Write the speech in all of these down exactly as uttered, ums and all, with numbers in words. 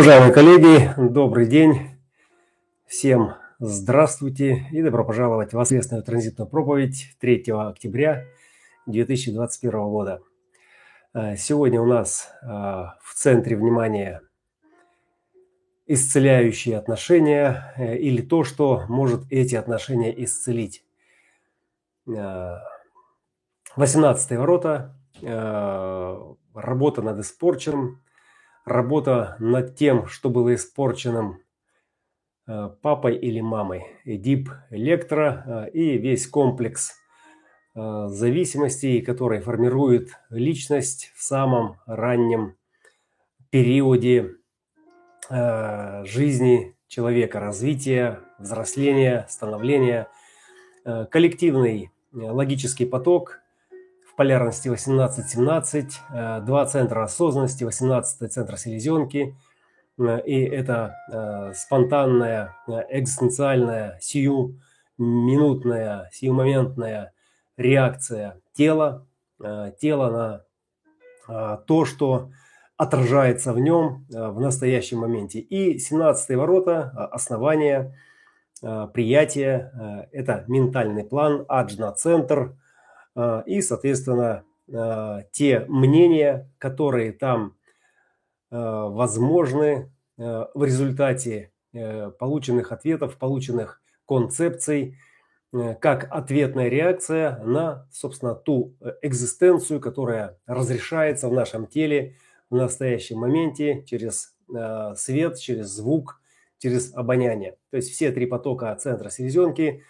Уважаемые коллеги, добрый день. Всем здравствуйте и добро пожаловать в воскресную транзитную проповедь третьего октября две тысячи двадцать первого года. Сегодня у нас в центре внимания исцеляющие отношения или то, что может эти отношения исцелить. восемнадцатые ворота, работа над испорченным, работа над тем, что было испорченным папой или мамой, Эдип, Электро и весь комплекс зависимостей, который формирует личность в самом раннем периоде жизни человека, развития, взросления, становления. Коллективный логический поток в полярности восемнадцать семнадцать, два центра осознанности, восемнадцатый центр селезенки. И это э, спонтанная, экзистенциальная, сиюминутная, сиюмоментная реакция тела, э, тела на э, то, что отражается в нем э, в настоящем моменте. И семнадцатые ворота, э, основание, э, приятие, э, это ментальный план, аджна-центр э, и, соответственно, э, те мнения, которые там возможны в результате полученных ответов, полученных концепций, как ответная реакция на, собственно, ту экзистенцию, которая разрешается в нашем теле в настоящем моменте через свет, через звук, через обоняние. То есть все три потока центра селезенки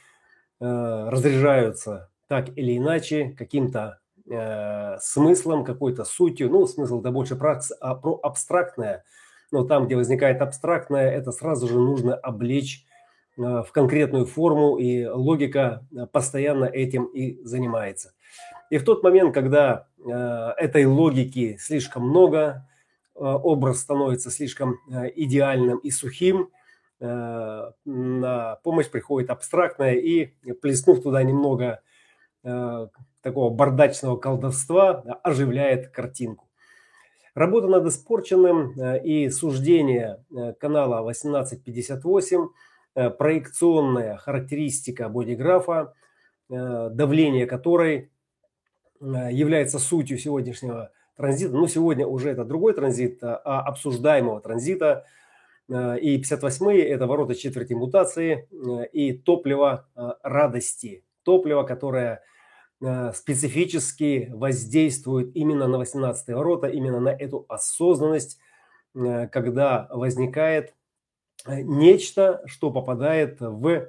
разряжаются так или иначе каким-то э, смыслом, какой-то сутью. Ну, смысл это больше про, а, про абстрактное. Но там, где возникает абстрактное, это сразу же нужно облечь э, в конкретную форму, и логика постоянно этим и занимается. И в тот момент, когда э, этой логики слишком много, э, образ становится слишком э, идеальным и сухим, э, на помощь приходит абстрактное, и плеснув туда немного э, такого бардачного колдовства, оживляет картинку. Работа над испорченным и суждение канала восемнадцать пятьдесят восемь, проекционная характеристика бодиграфа, давление которой является сутью сегодняшнего транзита. Ну, сегодня уже это другой транзит, а обсуждаемого транзита. И пятьдесят восьмые – это ворота четверти мутации и топливо радости. Топливо, которое специфически воздействует именно на восемнадцатые ворота, именно на эту осознанность, когда возникает нечто, что попадает в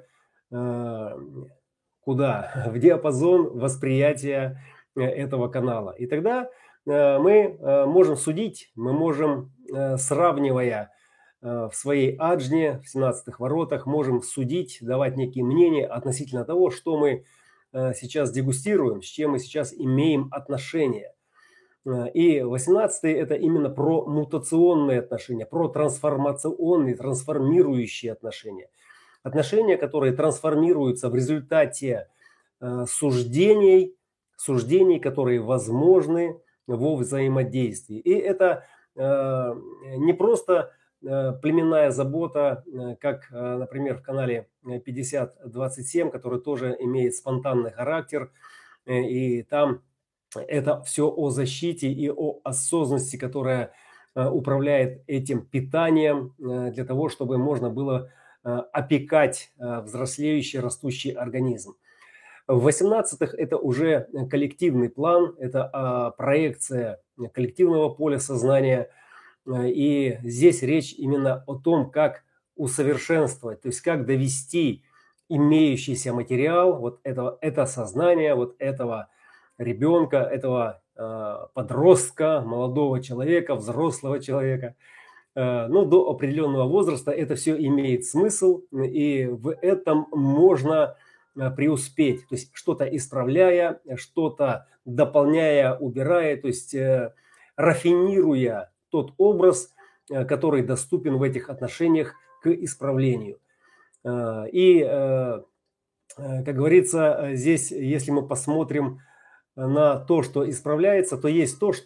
куда? В диапазон восприятия этого канала. И тогда мы можем судить, мы можем, сравнивая в своей аджне, в семнадцатых воротах, можем судить, давать некие мнения относительно того, что мы сейчас дегустируем, с чем мы сейчас имеем отношение. И восемнадцатые это именно про мутационные отношения, про трансформационные, трансформирующие отношения. Отношения, которые трансформируются в результате э, суждений, суждений, которые возможны во взаимодействии. И это э, не просто э, племенная забота, э, как, э, например, в канале пятьдесят двадцать семь, который тоже имеет спонтанный характер, э, и там это все о защите и о осознанности, которая э, управляет этим питанием э, для того, чтобы можно было опекать взрослеющий, растущий организм. В восемнадцатых это уже коллективный план, это проекция коллективного поля сознания. И здесь речь именно о том, как усовершенствовать, то есть как довести имеющийся материал, вот этого, это сознание, вот этого ребенка, этого подростка, молодого человека, взрослого человека, ну, до определенного возраста это все имеет смысл, и в этом можно преуспеть. То есть что-то исправляя, что-то дополняя, убирая, то есть э, рафинируя тот образ, э, который доступен в этих отношениях к исправлению. Э, и, э, как говорится, здесь, если мы посмотрим на то, что исправляется, то есть то, что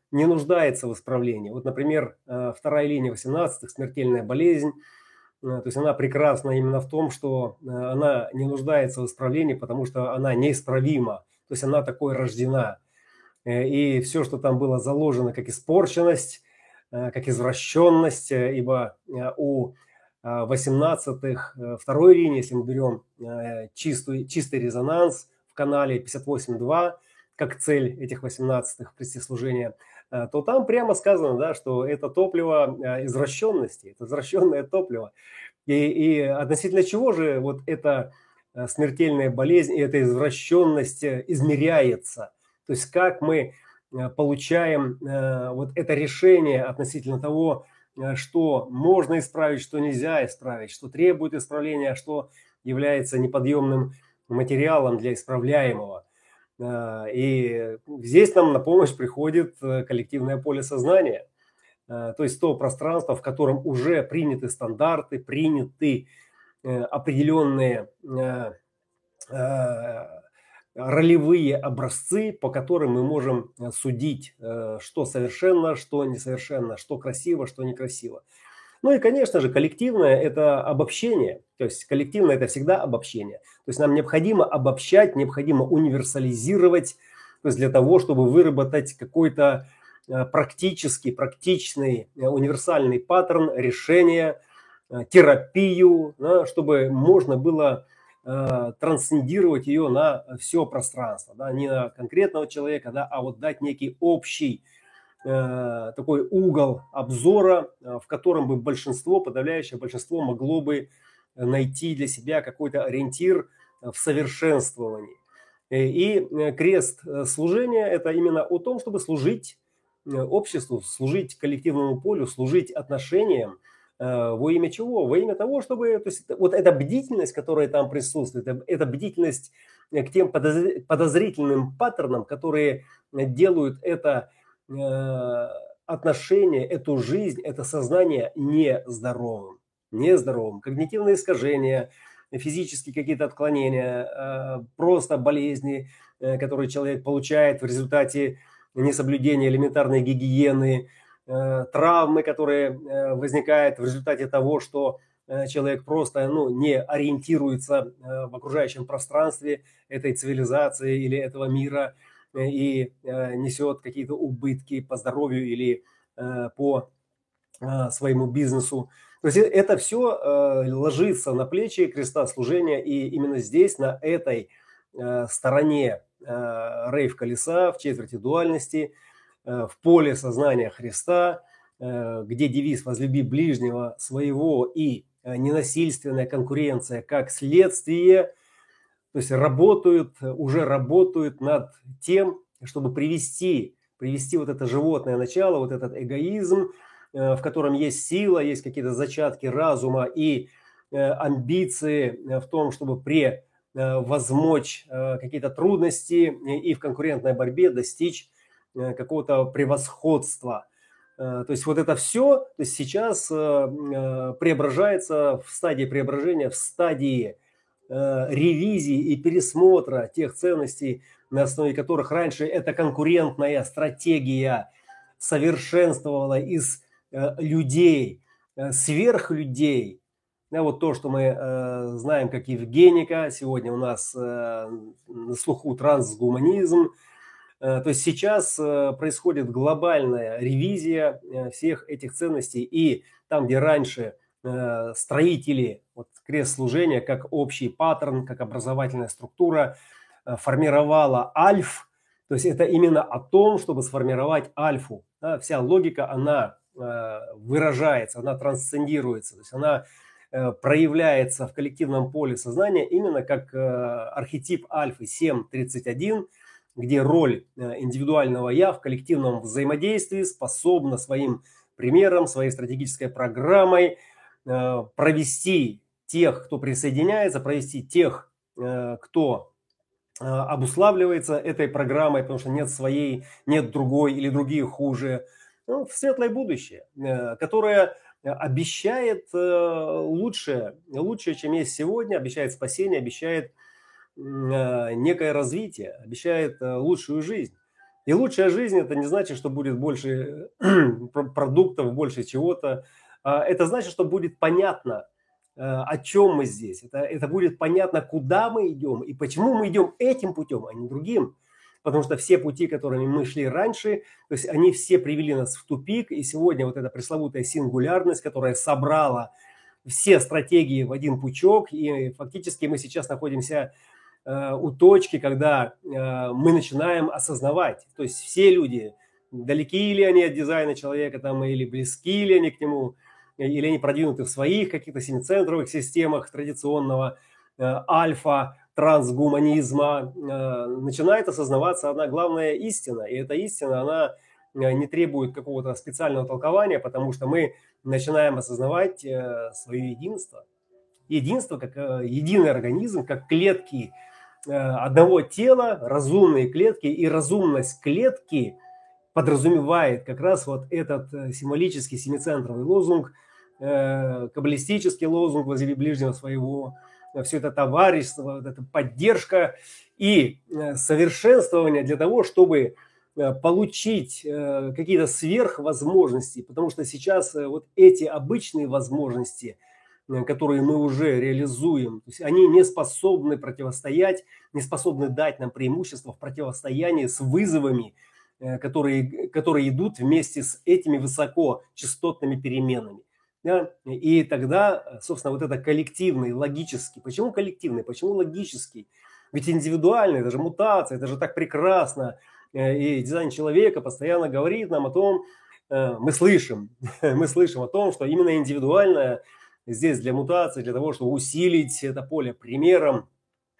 не нуждается в исправлении. Вот, например, вторая линия восемнадцатых, смертельная болезнь. То есть она прекрасна именно в том, что она не нуждается в исправлении, потому что она неисправима. То есть она такой рождена. И все, что там было заложено как испорченность, как извращенность, ибо у восемнадцатых, второй линии, если мы берем чистый, чистый резонанс в канале пятьдесят восемь два, как цель этих восемнадцатых престислужения, то там прямо сказано, да, что это топливо извращенности, это извращенное топливо. И, и относительно чего же вот эта смертельная болезнь и эта извращенность измеряется? То есть как мы получаем вот это решение относительно того, что можно исправить, что нельзя исправить, что требует исправления, а что является неподъемным материалом для исправляемого. И здесь нам на помощь приходит коллективное поле сознания, то есть то пространство, в котором уже приняты стандарты, приняты определенные ролевые образцы, по которым мы можем судить, что совершенно, что несовершенно, что красиво, что некрасиво. Ну и, конечно же, коллективное – это обобщение. То есть коллективное – это всегда обобщение. То есть нам необходимо обобщать, необходимо универсализировать, то есть для того, чтобы выработать какой-то практический, практичный, универсальный паттерн решения, терапию, да, чтобы можно было трансцендировать ее на все пространство, да, не на конкретного человека, да, а вот дать некий общий э, такой угол обзора, в котором бы большинство, подавляющее большинство могло бы найти для себя какой-то ориентир в совершенствовании. И крест служения – это именно о том, чтобы служить обществу, служить коллективному полю, служить отношениям. Во имя чего? Во имя того, чтобы... То есть, вот эта бдительность, которая там присутствует, это, это бдительность к тем подозрительным паттернам, которые делают это э, отношение, эту жизнь, это сознание нездоровым. Нездоровым. Когнитивные искажения, физические какие-то отклонения, э, просто болезни, э, которые человек получает в результате несоблюдения элементарной гигиены, травмы, которые возникают в результате того, что человек просто ну, не ориентируется в окружающем пространстве этой цивилизации или этого мира и несет какие-то убытки по здоровью или по своему бизнесу. То есть это все ложится на плечи креста служения, и именно здесь, на этой стороне рейв-колеса, в четверти дуальности, в поле сознания Христа, где девиз «возлюби ближнего своего» и ненасильственная конкуренция как следствие, то есть работают, уже работают над тем, чтобы привести, привести вот это животное начало, вот этот эгоизм, в котором есть сила, есть какие-то зачатки разума и амбиции в том, чтобы превозмочь какие-то трудности и в конкурентной борьбе достичь какого-то превосходства. То есть вот это все то есть сейчас преображается в стадии преображения, в стадии ревизии и пересмотра тех ценностей, на основе которых раньше эта конкурентная стратегия совершенствовала из людей, сверхлюдей. Да, вот то, что мы знаем как Евгеника, сегодня у нас на слуху трансгуманизм. То есть сейчас происходит глобальная ревизия всех этих ценностей, и там, где раньше строители, вот крест служения как общий паттерн, как образовательная структура формировала альф, то есть это именно о том, чтобы сформировать альфу. Да, вся логика, она выражается, она трансцендируется, то есть она проявляется в коллективном поле сознания именно как архетип альфы семь тридцать один, где роль индивидуального «я» в коллективном взаимодействии способна своим примером, своей стратегической программой провести тех, кто присоединяется, провести тех, кто обуславливается этой программой, потому что нет своей, нет другой или другие хуже, ну, в светлое будущее, которое обещает лучшее, лучшее, чем есть сегодня, обещает спасение, обещает некое развитие, обещает лучшую жизнь. И лучшая жизнь – это не значит, что будет больше продуктов, больше чего-то. Это значит, что будет понятно, о чем мы здесь. Это, это будет понятно, куда мы идем и почему мы идем этим путем, а не другим. Потому что все пути, которыми мы шли раньше, то есть они все привели нас в тупик. И сегодня вот эта пресловутая сингулярность, которая собрала все стратегии в один пучок. И фактически мы сейчас находимся э, у точки, когда э, мы начинаем осознавать. То есть все люди, далеки ли они от дизайна человека, там, или близки ли они к нему, или они продвинуты в своих каких-то семицентровых системах традиционного э, альфа, трансгуманизма, э, начинает осознаваться одна главная истина. И эта истина, она э, не требует какого-то специального толкования, потому что мы начинаем осознавать э, свое единство. Единство как э, единый организм, как клетки э, одного тела, разумные клетки. И разумность клетки подразумевает как раз вот этот э, символический семицентровый лозунг, э, каббалистический лозунг «возлюби ближнего своего», все это товарищество, вот эта поддержка и совершенствование для того, чтобы получить какие-то сверхвозможности, потому что сейчас вот эти обычные возможности, которые мы уже реализуем, то есть они не способны противостоять, не способны дать нам преимущество в противостоянии с вызовами, которые, которые идут вместе с этими высокочастотными переменами. Да? И тогда, собственно, вот это коллективный, логический. Почему коллективный? Почему логический? Ведь индивидуальный, это же мутация, это же так прекрасно. И дизайн человека постоянно говорит нам о том, мы слышим, мы слышим о том, что именно индивидуальное здесь для мутации, для того, чтобы усилить это поле примером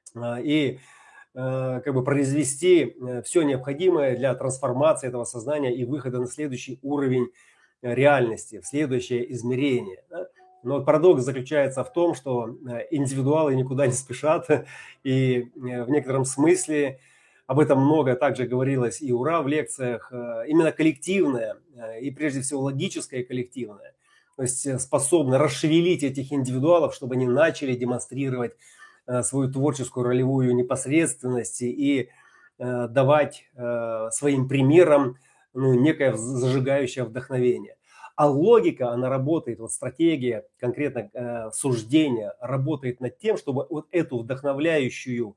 и как бы произвести все необходимое для трансформации этого сознания и выхода на следующий уровень реальности, в следующее измерение. Но парадокс заключается в том, что индивидуалы никуда не спешат, и в некотором смысле об этом много также говорилось и ура в лекциях, именно коллективное и прежде всего логическое коллективное, то есть способно расшевелить этих индивидуалов, чтобы они начали демонстрировать свою творческую ролевую непосредственность и давать своим примером ну, некое зажигающее вдохновение. А логика, она работает, вот стратегия, конкретно э, суждение, работает над тем, чтобы вот эту вдохновляющую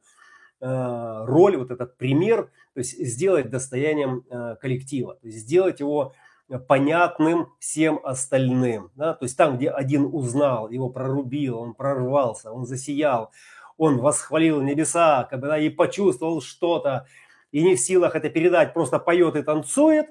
э, роль, вот этот пример, то есть сделать достоянием э, коллектива, то есть сделать его понятным всем остальным. Да? То есть там, где один узнал, его прорубил, он прорвался, он засиял, он восхвалил небеса, когда и почувствовал что-то, и не в силах это передать, просто поет и танцует,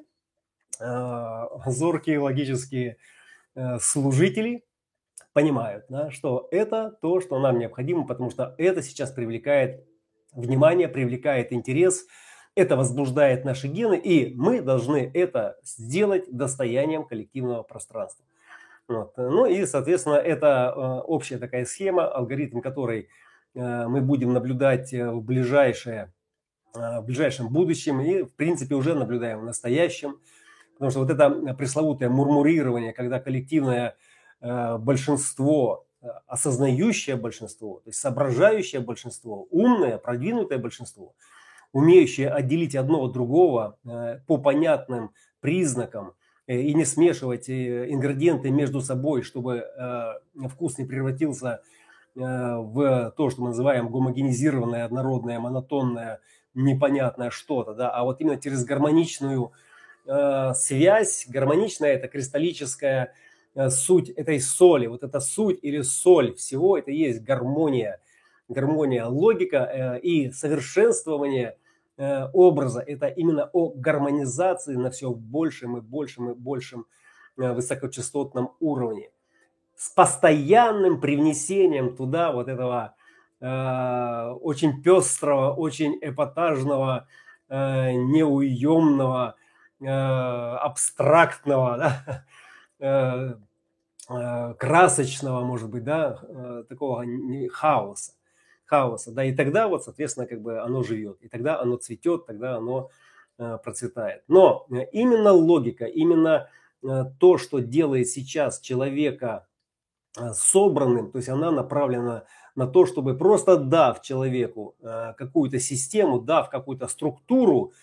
зоркие логические служители понимают, да, что это то, что нам необходимо, потому что это сейчас привлекает внимание, привлекает интерес, это возбуждает наши гены, и мы должны это сделать достоянием коллективного пространства. Вот. Ну и, соответственно, это общая такая схема, алгоритм, который мы будем наблюдать в ближайшее в ближайшем будущем и, в принципе, уже наблюдаем в настоящем. Потому что вот это пресловутое мурмурирование, когда коллективное э, большинство, осознающее большинство, то есть соображающее большинство, умное, продвинутое большинство, умеющее отделить одно от другого э, по понятным признакам э, и не смешивать э, ингредиенты между собой, чтобы э, вкус не превратился э, в то, что мы называем гомогенизированное, однородное, монотонное, непонятное что-то, да, а вот именно через гармоничную э, связь, гармоничная это кристаллическая э, суть этой соли, вот эта суть или соль всего, это и есть гармония, гармония, логика э, и совершенствование э, образа, это именно о гармонизации на все большем и большем и большем э, высокочастотном уровне, с постоянным привнесением туда вот этого очень пестрого, очень эпатажного, неуемного, абстрактного, да, красочного, может быть, да, такого хаоса, хаоса, да, и тогда вот, соответственно, как бы оно живет, и тогда оно цветет, тогда оно процветает. Но именно логика, именно то, что делает сейчас человека собранным, то есть она направлена на то, чтобы просто дав человеку э, какую-то систему, дав какую-то структуру,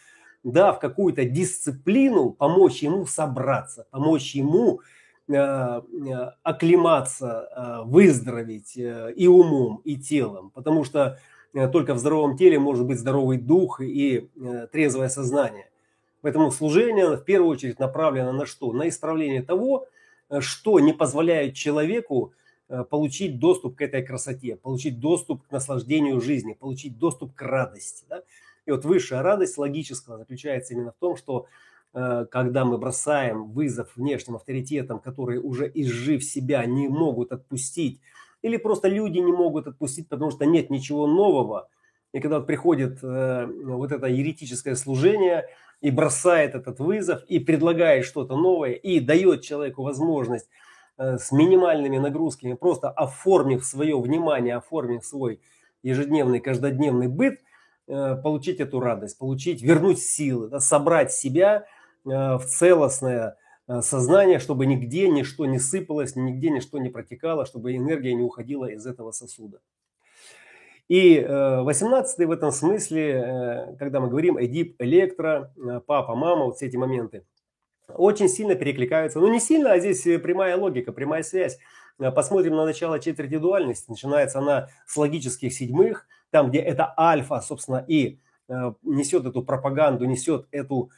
дав какую-то дисциплину, помочь ему собраться, помочь ему э, э, оклематься, э, выздороветь э, и умом, и телом. Потому что э, только в здоровом теле может быть здоровый дух и э, трезвое сознание. Поэтому служение в первую очередь направлено на что? На исправление того, э, что не позволяет человеку э, получить доступ к этой красоте, получить доступ к наслаждению жизни, получить доступ к радости. Да? И вот высшая радость логического заключается именно в том, что э, когда мы бросаем вызов внешним авторитетам, которые уже изжив себя не могут отпустить, или просто люди не могут отпустить, потому что нет ничего нового, и когда вот приходит э, вот это еретическое служение и бросает этот вызов, и предлагает что-то новое, и дает человеку возможность э, с минимальными нагрузками, просто оформив свое внимание, оформив свой ежедневный, каждодневный быт, э, получить эту радость, получить, вернуть силы, да, собрать себя э, в целостное э, сознание, чтобы нигде ничто не сыпалось, нигде ничто не протекало, чтобы энергия не уходила из этого сосуда. И восемнадцатый в этом смысле, когда мы говорим Эдип, Электра, папа, мама, вот все эти моменты, очень сильно перекликаются. Ну не сильно, а здесь прямая логика, прямая связь. Посмотрим на начало четверти дуальности. Начинается она с логических седьмых, там, где это альфа, собственно, и несет эту пропаганду, несет эту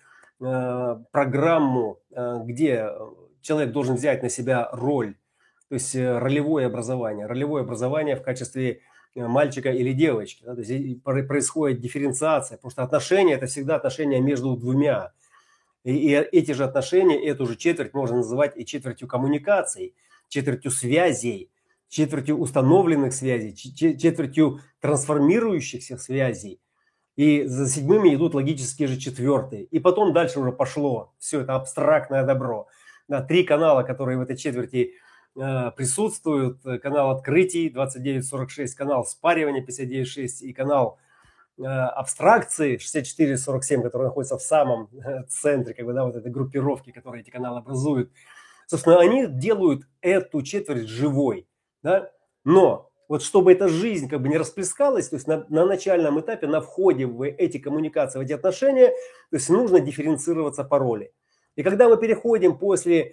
программу, где человек должен взять на себя роль, то есть ролевое образование. Ролевое образование в качестве мальчика или девочки. Да, то есть происходит дифференциация, потому что отношения – это всегда отношения между двумя. И, и эти же отношения, эту же четверть можно называть и четвертью коммуникаций, четвертью связей, четвертью установленных связей, четвертью трансформирующихся связей. И за седьмыми идут логические же четвертые. И потом дальше уже пошло все это абстрактное добро. Да, три канала, которые в этой четверти присутствуют: канал открытий двадцать девять сорок шесть, канал спаривания пятьдесят девять шесть и канал э, абстракции шестьдесят четыре сорок семь, который находится в самом центре, как бы, да, вот этой группировки, которые эти каналы образуют. Собственно, они делают эту четверть живой. Да? Но вот чтобы эта жизнь как бы не расплескалась, то есть на, на начальном этапе, на входе в эти коммуникации, в эти отношения, то есть нужно дифференцироваться по роли. И когда мы переходим после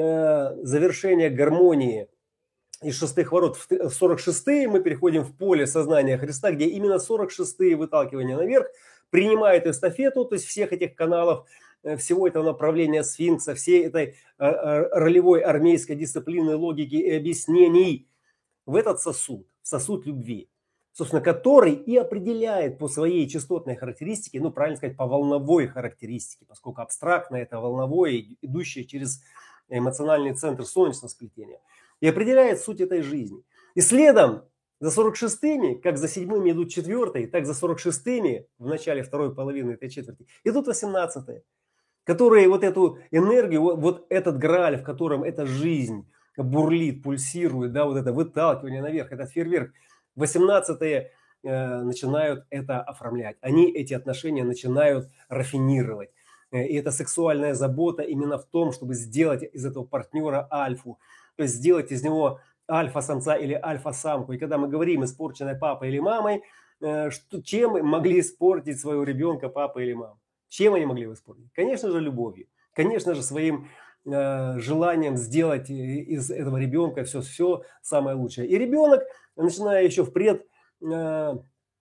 завершения гармонии из шестых ворот в сорок шестые, мы переходим в поле сознания Христа, где именно сорок шестые выталкивания наверх принимают эстафету, то есть всех этих каналов, всего этого направления сфинкса, всей этой ролевой армейской дисциплины, логики и объяснений в этот сосуд, сосуд любви, собственно, который и определяет по своей частотной характеристике, ну, правильно сказать, по волновой характеристике, поскольку абстрактное – это волновое, идущее через эмоциональный центр солнечного сплетения, и определяет суть этой жизни. И следом за сорок шестыми, как за седьмыми идут четвертые, так за сорок шестыми в начале второй половины этой четверти идут восемнадцатые, которые вот эту энергию, вот, вот этот грааль, в котором эта жизнь бурлит, пульсирует, да, вот это выталкивание наверх, этот фейерверк, восемнадцатые э, начинают это оформлять. Они эти отношения начинают рафинировать. И эта сексуальная забота именно в том, чтобы сделать из этого партнера альфу, то есть сделать из него альфа-самца или альфа-самку. И когда мы говорим испорченной папой или мамой, что, чем могли испортить своего ребенка папа или мама? Чем они могли его испортить? Конечно же, любовью. Конечно же, своим э, желанием сделать из этого ребенка все-все самое лучшее. И ребенок, начиная еще в пред... Э,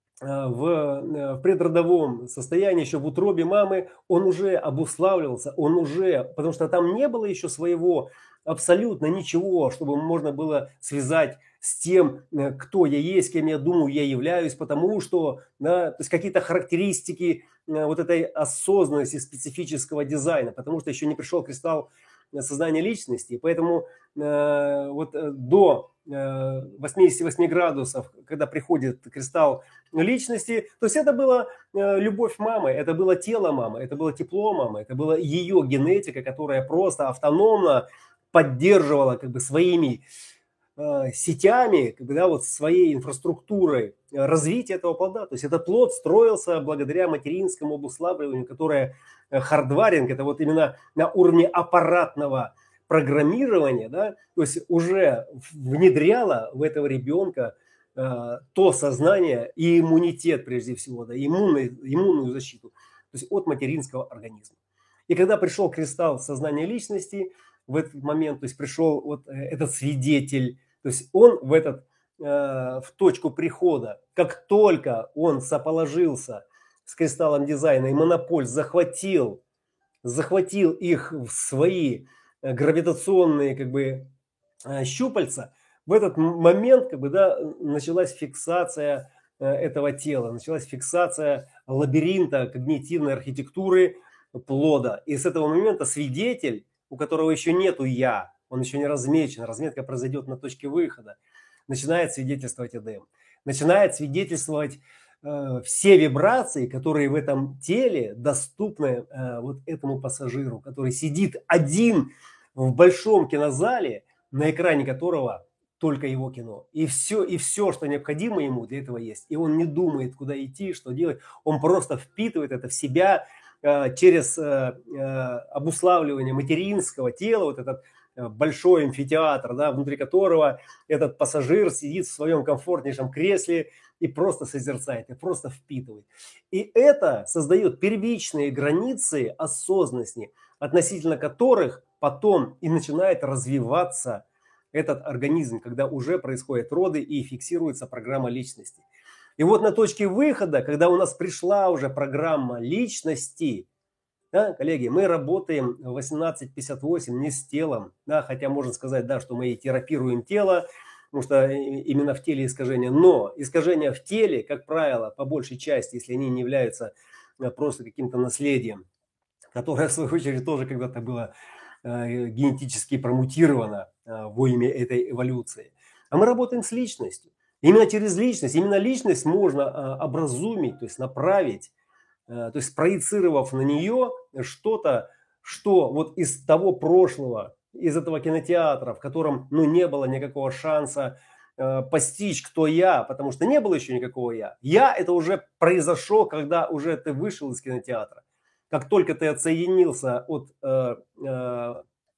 В, в предродовом состоянии, еще в утробе мамы, он уже обуславливался, он уже, потому что там не было еще своего абсолютно ничего, чтобы можно было связать с тем, кто я есть, кем я думаю, я являюсь, потому что, да, то есть какие-то характеристики вот этой осознанности специфического дизайна, потому что еще не пришел кристалл сознания личности, поэтому э, вот до восьмидесяти восьми градусов, когда приходит кристалл личности, то есть это была любовь мамы, это было тело мамы, это было тепло мамы, это была ее генетика, которая просто автономно поддерживала как бы своими э, сетями, как бы, да, вот своей инфраструктурой развитие этого плода. То есть этот плод строился благодаря материнскому обуславливанию, которое э, хардваринг, это вот именно на уровне аппаратного программирования, да, то есть уже внедряло в этого ребенка э, то сознание и иммунитет прежде всего, да, иммунный, иммунную защиту, есть от материнского организма. И когда пришел кристалл сознания личности, в этот момент, то есть пришел вот этот свидетель, то есть он в этот, э, в точку прихода, как только он соположился с кристаллом дизайна, и монополь захватил, захватил их в свои гравитационные как бы щупальца, в этот момент как бы, да, началась фиксация этого тела, началась фиксация лабиринта когнитивной архитектуры плода. И с этого момента свидетель, у которого еще нету «я», он еще не размечен, разметка произойдет на точке выхода, начинает свидетельствовать Эдем, начинает свидетельствовать э, все вибрации, которые в этом теле доступны э, вот этому пассажиру, который сидит один в большом кинозале, на экране которого только его кино. И все, и все, что необходимо ему, для этого есть. И он не думает, куда идти, что делать. Он просто впитывает это в себя э, через э, э, обуславливание материнского тела, вот этот э, большой амфитеатр, да, внутри которого этот пассажир сидит в своем комфортнейшем кресле и просто созерцает, и просто впитывает. И это создает первичные границы осознанности, относительно которых потом и начинает развиваться этот организм, когда уже происходят роды и фиксируется программа личности. И вот на точке выхода, когда у нас пришла уже программа личности, да, коллеги, мы работаем в восемнадцать пятьдесят восемь не с телом, да, хотя можно сказать, да, что мы и терапируем тело, потому что именно в теле искажения, но искажения в теле, как правило, по большей части, если они не являются просто каким-то наследием, которое в свою очередь тоже когда-то было генетически промутировано во имя этой эволюции. А мы работаем с личностью. Именно через личность, именно личность можно образумить, то есть направить, то есть проецировав на нее что-то, что вот из того прошлого, из этого кинотеатра, в котором ну, не было никакого шанса постичь, кто я, потому что не было еще никакого я. Я это уже произошло, когда уже ты вышел из кинотеатра. Как только ты отсоединился от, э, э,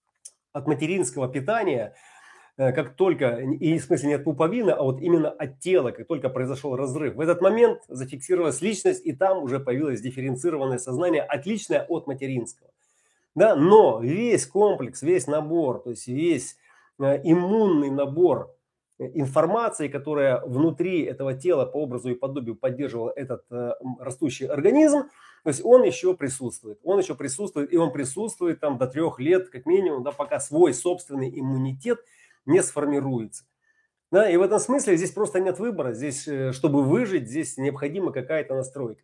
от материнского питания, э, как только, и в смысле не от пуповины, а вот именно от тела, как только произошел разрыв, в этот момент зафиксировалась личность, и там уже появилось дифференцированное сознание, отличное от материнского. Да? Но весь комплекс, весь набор, то есть весь э, иммунный набор информации, которая внутри этого тела по образу и подобию поддерживал этот э, растущий организм, то есть он еще присутствует, он еще присутствует, и он присутствует там до трех лет как минимум, да, пока свой собственный иммунитет не сформируется. Да, и в этом смысле здесь просто нет выбора, здесь, чтобы выжить, здесь необходима какая-то настройка.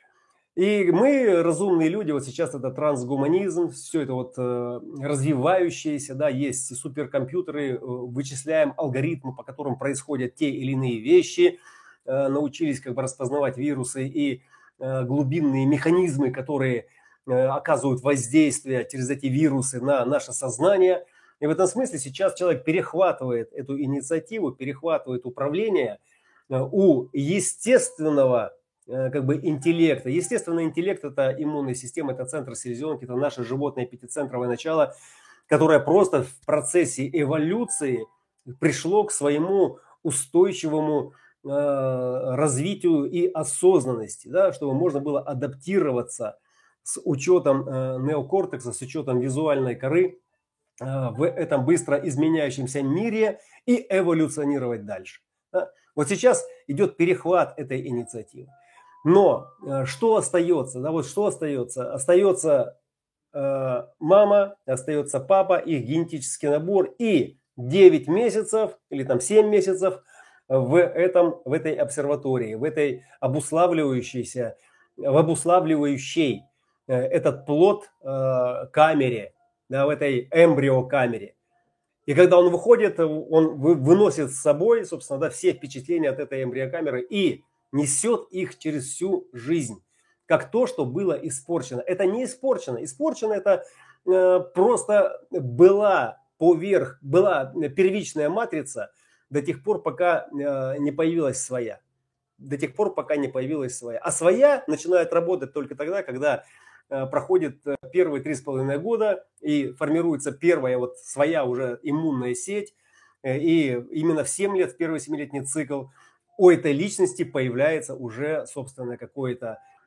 И мы, разумные люди, вот сейчас это трансгуманизм, все это вот э, развивающееся, да, есть суперкомпьютеры, э, вычисляем алгоритмы, по которым происходят те или иные вещи, э, научились как бы распознавать вирусы и э, глубинные механизмы, которые э, оказывают воздействие через эти вирусы на наше сознание. И в этом смысле сейчас человек перехватывает эту инициативу, перехватывает управление э, у естественного как бы интеллекта. Естественный интеллект – это иммунная система, это центр селезенки, это наше животное пятицентровое начало, которое просто в процессе эволюции пришло к своему устойчивому э, развитию и осознанности, да, чтобы можно было адаптироваться с учетом э, неокортекса, с учетом визуальной коры э, в этом быстро изменяющемся мире и эволюционировать дальше. Да. Вот сейчас идет перехват этой инициативы. Но э, что остается? Да, вот что остается? Остается э, мама, остается папа, их генетический набор и девять месяцев или там семь месяцев в, этом, в этой обсерватории, в этой обуславливающейся, в обуславливающей э, этот плод э, камере, да, в этой эмбриокамере. И когда он выходит, он выносит с собой, собственно, да, все впечатления от этой эмбриокамеры и несет их через всю жизнь, как то, что было испорчено. Это не испорчено. Испорчено это э, просто была поверх, была первичная матрица до тех пор, пока э, не появилась своя. До тех пор, пока не появилась своя. А своя начинает работать только тогда, когда э, проходит первые три с половиной года и формируется первая вот своя уже иммунная сеть. Э, и именно в семь лет, в первый семилетний цикл, у этой личности появляется уже, собственно, какое-то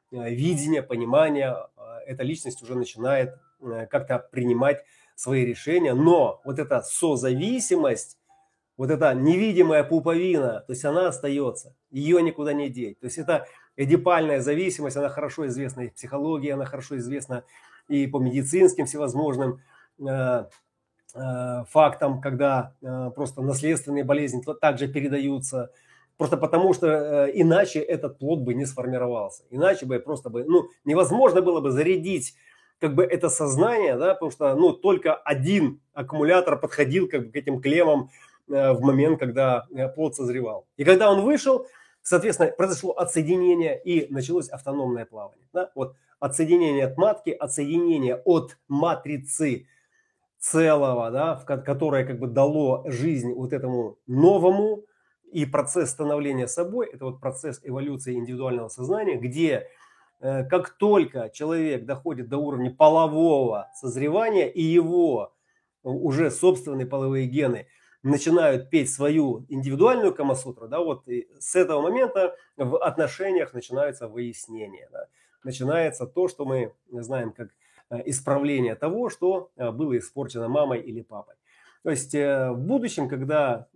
видения, понимания, эта личность уже начинает как-то принимать свои решения. Но вот эта созависимость, вот эта невидимая пуповина, то есть она остается, ее никуда не деть. То есть это эдипальная зависимость, она хорошо известна и в психологии, она хорошо известна и по медицинским всевозможным э, э, фактам, когда э, просто наследственные болезни также передаются, просто потому что э, иначе этот плод бы не сформировался, иначе бы просто бы, ну, невозможно было бы зарядить как бы это сознание, да, потому что, ну, только один аккумулятор подходил как бы к этим клеммам э, в момент, когда э, плод созревал. И когда он вышел, соответственно, произошло отсоединение и началось автономное плавание. Да? Вот отсоединение от матки, отсоединение от матрицы целого, да, в, которое как бы дало жизнь вот этому новому, и процесс становления собой, это вот процесс эволюции индивидуального сознания, где э, как только человек доходит до уровня полового созревания, и его уже собственные половые гены начинают петь свою индивидуальную камасутру, да, вот и с этого момента в отношениях начинается выяснение, да, начинается то, что мы знаем как исправление того, что было испорчено мамой или папой. То есть в будущем, когда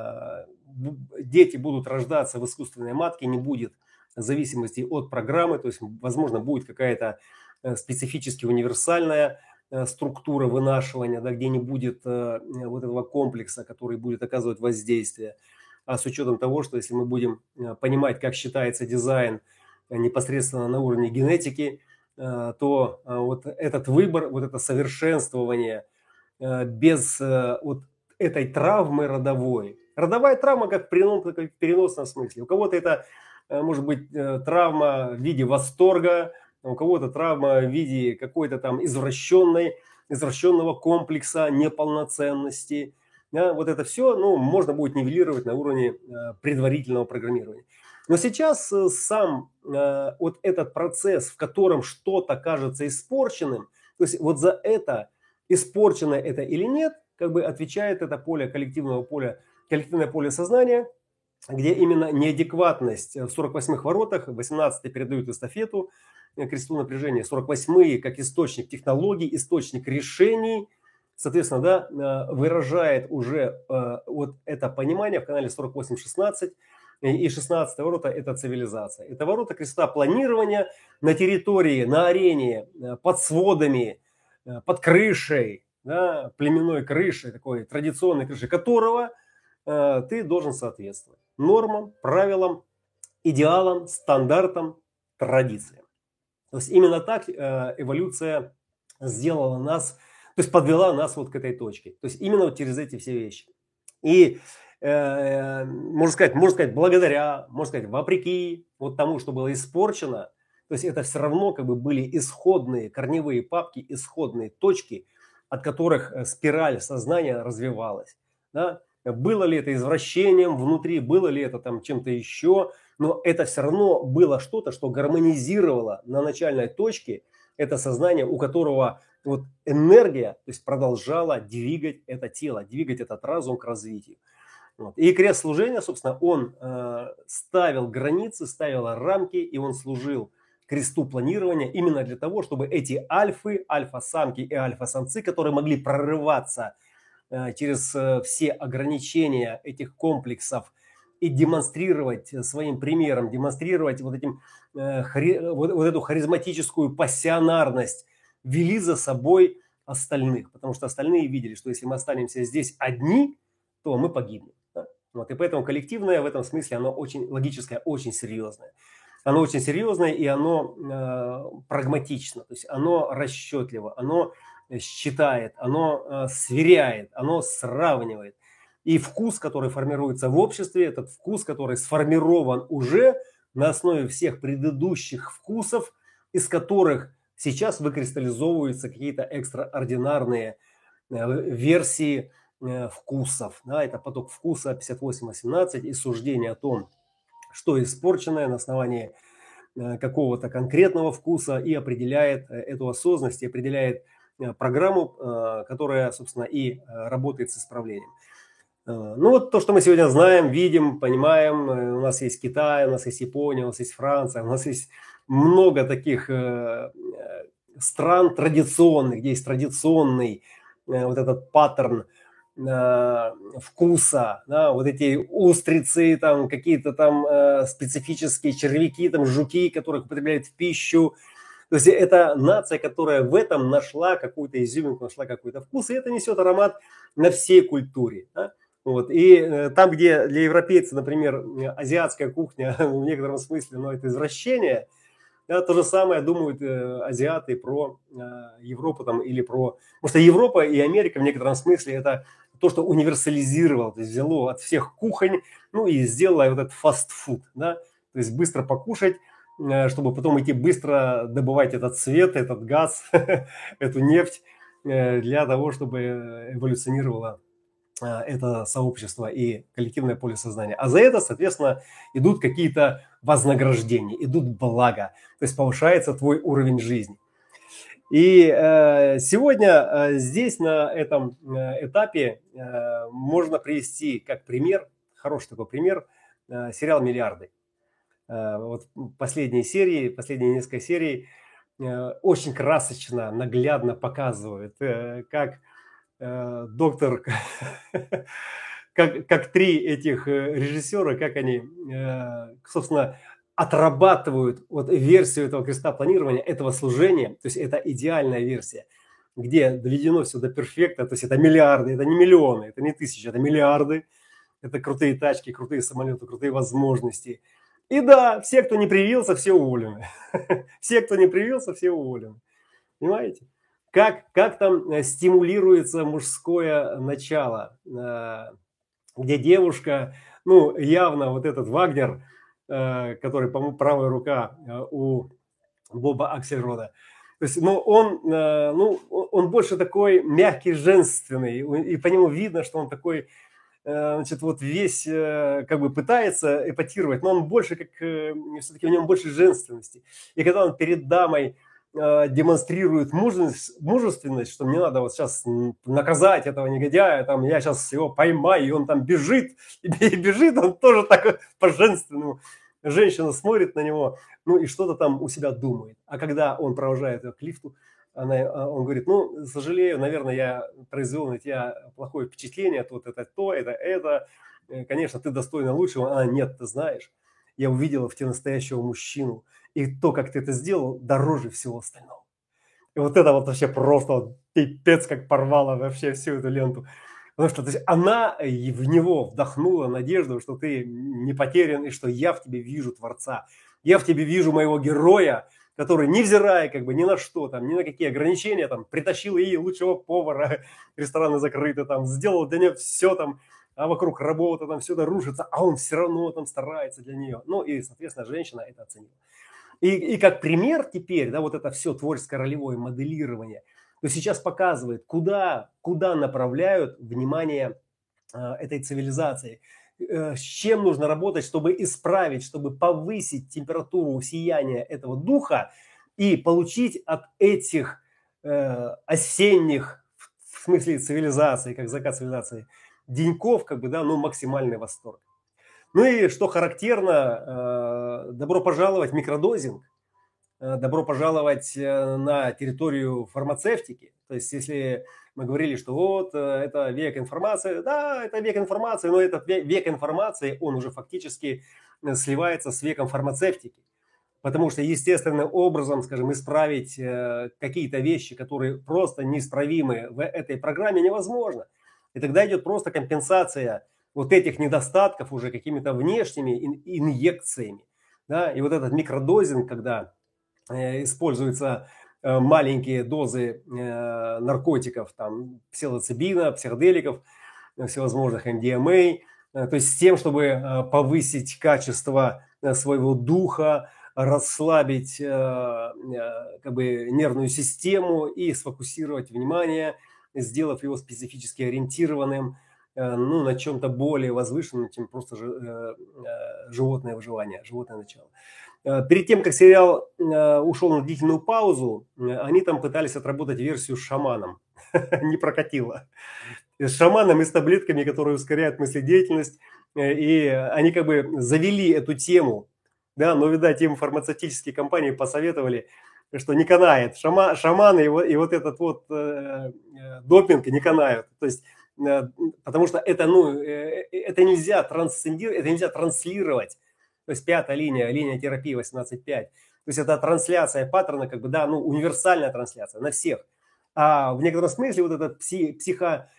дети будут рождаться в искусственной матке, не будет зависимости от программы, то есть, возможно, будет какая-то специфически универсальная структура вынашивания, да, где не будет э, вот этого комплекса, который будет оказывать воздействие. А с учетом того, что если мы будем э, понимать, как считается дизайн э, непосредственно на уровне генетики, э, то э, вот этот выбор, вот это совершенствование э, без э, вот этой травмы родовой. Родовая травма как в переносном, как в переносном смысле. У кого-то это э, может быть э, травма в виде восторга, у кого-то травма в виде какой-то там извращенной, извращенного комплекса неполноценности. Да, вот это все, ну, можно будет нивелировать на уровне э, предварительного программирования. Но сейчас э, сам э, вот этот процесс, в котором что-то кажется испорченным, то есть вот за это, испорчено это или нет, как бы отвечает это поле коллективного поля, коллективное поле сознания, где именно неадекватность в сорок восьмых воротах, восемнадцатый передают эстафету кресту напряжения, сорок восьмые как источник технологий, источник решений, соответственно, да, выражает уже вот это понимание в канале сорок восемь шестнадцать, и шестнадцатые ворота – это цивилизация. Это ворота креста планирования на территории, на арене, под сводами, под крышей, да, племенной крышей, такой традиционной крышей, которого э, ты должен соответствовать нормам, правилам, идеалам, стандартам, традициям. То есть именно так э, эволюция сделала нас, то есть подвела нас вот к этой точке. То есть именно вот через эти все вещи. И э, можно сказать, можно сказать, благодаря, можно сказать, вопреки вот тому, что было испорчено, то есть это все равно как бы были исходные корневые папки, исходные точки, от которых спираль сознания развивалась. Да? Было ли это извращением внутри, было ли это там чем-то еще, но это все равно было что-то, что гармонизировало на начальной точке это сознание, у которого вот энергия, то есть продолжала двигать это тело, двигать этот разум к развитию. Вот. И крест служения, собственно, он э, ставил границы, ставил рамки, и он служил кресту планирования именно для того, чтобы эти альфы, альфа-самки и альфа-самцы, которые могли прорываться э, через э, все ограничения этих комплексов и демонстрировать своим примером, демонстрировать вот, этим, э, хари, вот, вот эту харизматическую пассионарность, вели за собой остальных. Потому что остальные видели, что если мы останемся здесь одни, то мы погибнем. Да? Вот, и поэтому коллективное в этом смысле, оно очень логическое, очень серьезное. Оно очень серьезное и оно э, прагматично, то есть оно расчетливо, оно считает, оно э, сверяет, оно сравнивает. И вкус, который формируется в обществе, этот вкус, который сформирован уже на основе всех предыдущих вкусов, из которых сейчас выкристаллизовываются какие-то экстраординарные э, версии э, вкусов. Да, это поток вкуса пятьдесят восемь восемнадцать и суждение о том, что испорченное на основании э, какого-то конкретного вкуса, и определяет э, эту осознанность, и определяет э, программу, э, которая, собственно, и э, работает с исправлением. Ну вот то, что мы сегодня знаем, видим, понимаем, у нас есть Китай, у нас есть Япония, у нас есть Франция, у нас есть много таких э, э, стран традиционных, где есть традиционный э, вот этот паттерн э, вкуса, да, вот эти устрицы, там какие-то там э, специфические червяки, там жуки, которых употребляют в пищу. То есть это нация, которая в этом нашла какую-то изюминку, нашла какой-то вкус, и это несет аромат на всей культуре. Да? Вот. И э, там, где для европейца, например, азиатская кухня в некотором смысле, ну, это извращение, да, то же самое думают э, азиаты про э, Европу там, или про... Потому что Европа и Америка в некотором смысле это то, что универсализировало, то есть взяло от всех кухонь, ну и сделало вот этот фастфуд, да, то есть быстро покушать, э, чтобы потом идти быстро добывать этот свет, этот газ, эту нефть э, для того, чтобы эволюционировало э, это сообщество и коллективное поле сознания. А за это, соответственно, идут какие-то вознаграждения, идут блага, то есть повышается твой уровень жизни. И э, сегодня э, здесь, на этом э, этапе, э, можно привести как пример, хороший такой пример, э, сериал «Миллиарды». Э, вот последние серии, последние несколько серий э, очень красочно, наглядно показывают, э, как э, доктор, как, как три этих э, режиссера, как они, э, собственно, отрабатывают вот версию этого креста планирования, этого служения, то есть это идеальная версия, где доведено все до перфекта, то есть это миллиарды, это не миллионы, это не тысячи, это миллиарды, это крутые тачки, крутые самолеты, крутые возможности. И да, все, кто не привился, все уволены. Все, кто не привился, все уволены. Понимаете? Как, как там э, стимулируется мужское начало, э, где девушка, ну, явно вот этот Вагнер, э, который, по-моему, правая рука э, у Боба Аксельрода, то есть, ну, он, э, ну, он больше такой мягкий, женственный, и по нему видно, что он такой, э, значит, вот весь, э, как бы пытается эпатировать, но он больше как, э, все-таки в нем больше женственности. И когда он перед дамой э, демонстрирует мужественность, мужественность, что мне надо вот сейчас наказать этого негодяя, там, я сейчас его поймаю, и он там бежит, и бежит он тоже так по-женственному. Женщина смотрит на него, ну и что-то там у себя думает. А когда он провожает ее к лифту, она, он говорит, ну, сожалею, наверное, я произвел на тебя плохое впечатление, тут это то, это это. Конечно, ты достойна лучшего. А, нет, ты знаешь, я увидела в тебе настоящего мужчину. И то, как ты это сделал, дороже всего остального. И вот это вот вообще просто вот пипец как порвало вообще всю эту ленту. Потому что то есть, она в него вдохнула надежду, что ты не потерян, и что я в тебе вижу Творца. Я в тебе вижу моего героя, который, невзирая как бы ни на что, там, ни на какие ограничения, там, притащил ей лучшего повара, рестораны закрыты, там, сделал для нее все там, а вокруг работа, там, все это рушится, а он все равно там старается для нее. Ну и, соответственно, женщина это оценила. И, и как пример теперь, да, вот это все творческое ролевое моделирование, то сейчас показывает, куда, куда направляют внимание э, этой цивилизации, э, с чем нужно работать, чтобы исправить, чтобы повысить температуру сияния этого духа и получить от этих э, осенних, в смысле цивилизации, как закат цивилизации, деньков, как бы, да, ну, максимальный восторг. Ну и что характерно, э, добро пожаловать в микродозинг. Добро пожаловать на территорию фармацевтики. То есть, если мы говорили, что вот это век информации, да, это век информации, но этот век информации, он уже фактически сливается с веком фармацевтики. Потому что естественным образом, скажем, исправить какие-то вещи, которые просто неисправимы в этой программе, невозможно. И тогда идет просто компенсация вот этих недостатков уже какими-то внешними инъекциями. Да? И вот этот микродозинг, когда используются маленькие дозы наркотиков, там, псилоцибина, психоделиков, всевозможных эм ди эм а, то есть с тем, чтобы повысить качество своего духа, расслабить как бы нервную систему и сфокусировать внимание, сделав его специфически ориентированным, ну, на чем-то более возвышенном, чем просто животное выживание, животное начало. Перед тем, как сериал ушел на длительную паузу, они там пытались отработать версию с шаманом. Не прокатило. С шаманом и с таблетками, которые ускоряют мыследеятельность. И они как бы завели эту тему Да, но, видать, им фармацевтические компании посоветовали, что не канает. Шама, шаманы и вот, и вот этот вот э, э, допинг не канают. То есть, э, потому что это, ну, э, это нельзя трансцендировать, это нельзя транслировать. То есть пятая линия, линия терапии восемнадцать пять. То есть это трансляция паттерна, как бы, да, ну, универсальная трансляция на всех. А в некотором смысле вот этот пси, психо,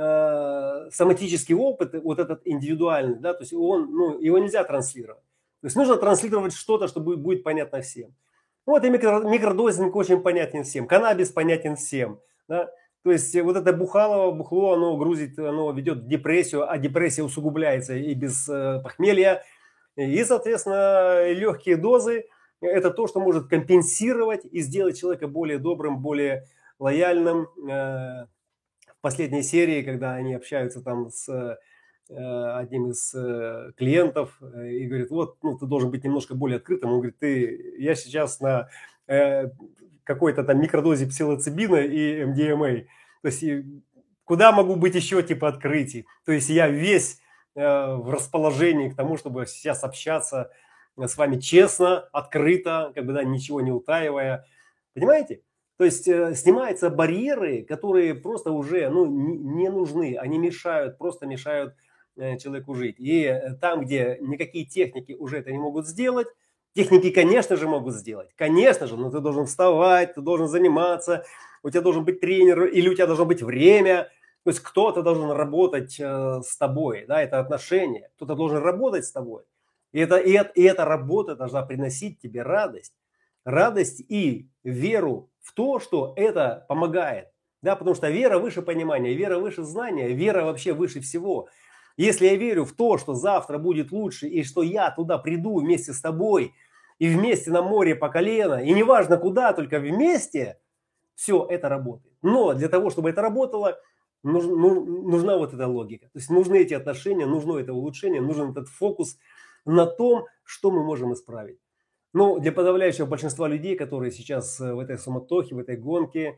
э, соматический опыт, вот этот индивидуальный, да, то есть он, ну, его нельзя транслировать. То есть нужно транслировать что-то, что будет, будет понятно всем. Вот и микро, микродозинг очень понятен всем, каннабис понятен всем. Да? То есть вот это бухалово, бухло, оно грузит, оно ведет в депрессию, а депрессия усугубляется и без э, похмелья. И, соответственно, легкие дозы – это то, что может компенсировать и сделать человека более добрым, более лояльным. Э, в последней серии, когда они общаются там с одним из э, клиентов э, и говорит, вот, ну, ты должен быть немножко более открытым. Он говорит, ты, я сейчас на э, какой-то там микродозе псилоцибина и эм ди эм эй. То есть и куда могу быть еще типа открытий? То есть я весь э, в расположении к тому, чтобы сейчас общаться с вами честно, открыто, как бы, да, ничего не утаивая. Понимаете? То есть э, снимаются барьеры, которые просто уже, ну, не, не нужны. Они мешают, просто мешают человеку жить. И там, где никакие техники уже это не могут сделать, техники, конечно же, могут сделать. Конечно же, но ты должен вставать, ты должен заниматься, у тебя должен быть тренер, или у тебя должно быть время. То есть кто-то должен работать э, с тобой, да, это отношения. Кто-то должен работать с тобой. И, это, и, это, и эта работа должна приносить тебе радость. Радость и веру в то, что это помогает. Да, потому что вера выше понимания, вера выше знания, вера вообще выше всего. Если я верю в то, что завтра будет лучше, и что я туда приду вместе с тобой, и вместе на море по колено, и неважно куда, только вместе, все это работает. Но для того, чтобы это работало, нужна, нужна вот эта логика. То есть нужны эти отношения, нужно это улучшение, нужен этот фокус на том, что мы можем исправить. Но для подавляющего большинства людей, которые сейчас в этой суматохе, в этой гонке,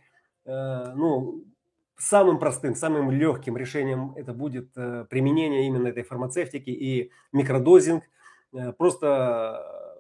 э, ну, самым простым, самым легким решением это будет э, применение именно этой фармацевтики и микродозинг. Э, просто,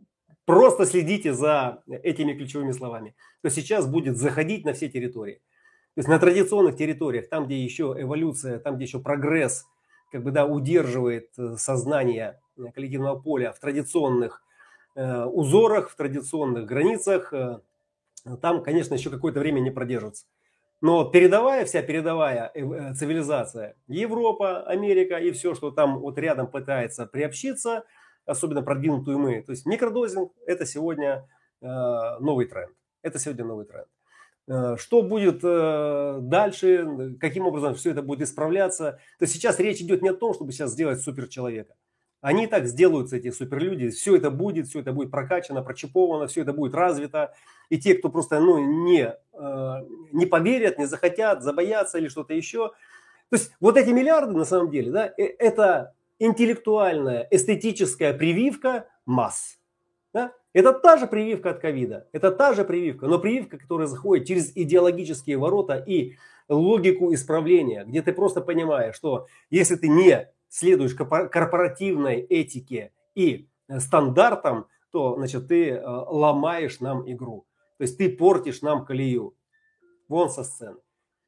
просто следите за этими ключевыми словами. То сейчас будет заходить на все территории. То есть на традиционных территориях, там, где еще эволюция, там, где еще прогресс, как бы, да, удерживает сознание коллективного поля в традиционных э, узорах, в традиционных границах, э, там, конечно, еще какое-то время не продержится. Но передовая, вся передовая цивилизация, Европа, Америка и все, что там вот рядом пытается приобщиться, особенно продвинутые мы. То есть микродозинг – это сегодня э, новый тренд. Это сегодня новый тренд. Э, что будет э, дальше, каким образом все это будет исправляться. То есть сейчас речь идет не о том, чтобы сейчас сделать суперчеловека. Они и так сделаются, эти суперлюди. Все это будет, все это будет прокачано, прочиповано, все это будет развито. И те, кто просто, ну, не, э, не поверят, не захотят, забоятся или что-то еще. То есть вот эти миллиарды на самом деле, да, это интеллектуальная, эстетическая прививка масс. Да? Это та же прививка от ковида, это та же прививка, но прививка, которая заходит через идеологические ворота и логику исправления, где ты просто понимаешь, что если ты не следуешь корпоративной этике и стандартам, то, значит, ты ломаешь нам игру. То есть ты портишь нам колею. Вон со сцены.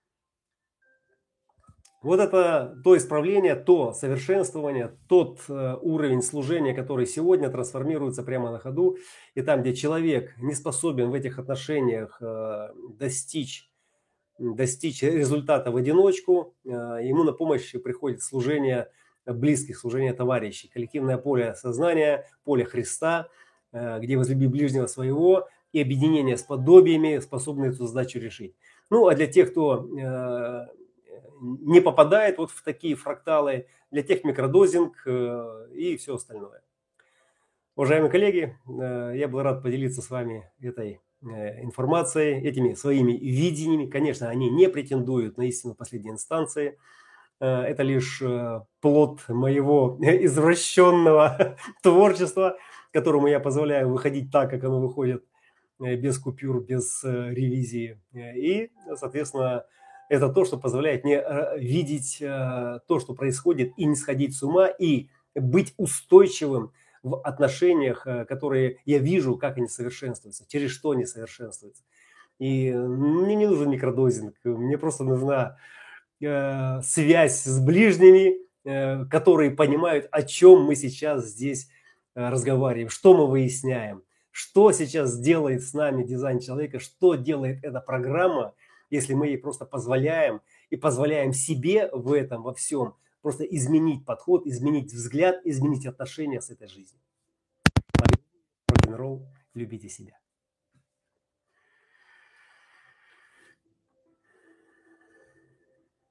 Вот это то исправление, то совершенствование, тот уровень служения, который сегодня трансформируется прямо на ходу. И там, где человек не способен в этих отношениях достичь, достичь результата в одиночку, ему на помощь приходит служение близких, служение товарищей, коллективное поле сознания, поле Христа, где возлюби ближнего своего, и объединение с подобиями, способны эту задачу решить. Ну, а для тех, кто э, не попадает вот в такие фракталы, для тех микродозинг э, и все остальное. Уважаемые коллеги, э, я был рад поделиться с вами этой э, информацией, этими своими видениями. Конечно, они не претендуют на истину последней инстанции. Э, это лишь э, плод моего извращенного творчества, которому я позволяю выходить так, как оно выходит, без купюр, без э, ревизии. И, соответственно, это то, что позволяет мне э, видеть э, то, что происходит, и не сходить с ума, и быть устойчивым в отношениях, э, которые я вижу, как они совершенствуются, через что они совершенствуются. И мне не нужен микродозинг, мне просто нужна э, связь с ближними, э, которые понимают, о чем мы сейчас здесь э, разговариваем, что мы выясняем, что сейчас делает с нами дизайн человека, что делает эта программа, если мы ей просто позволяем и позволяем себе в этом, во всем, просто изменить подход, изменить взгляд, изменить отношения с этой жизнью. Рок-н-ролл, любите себя.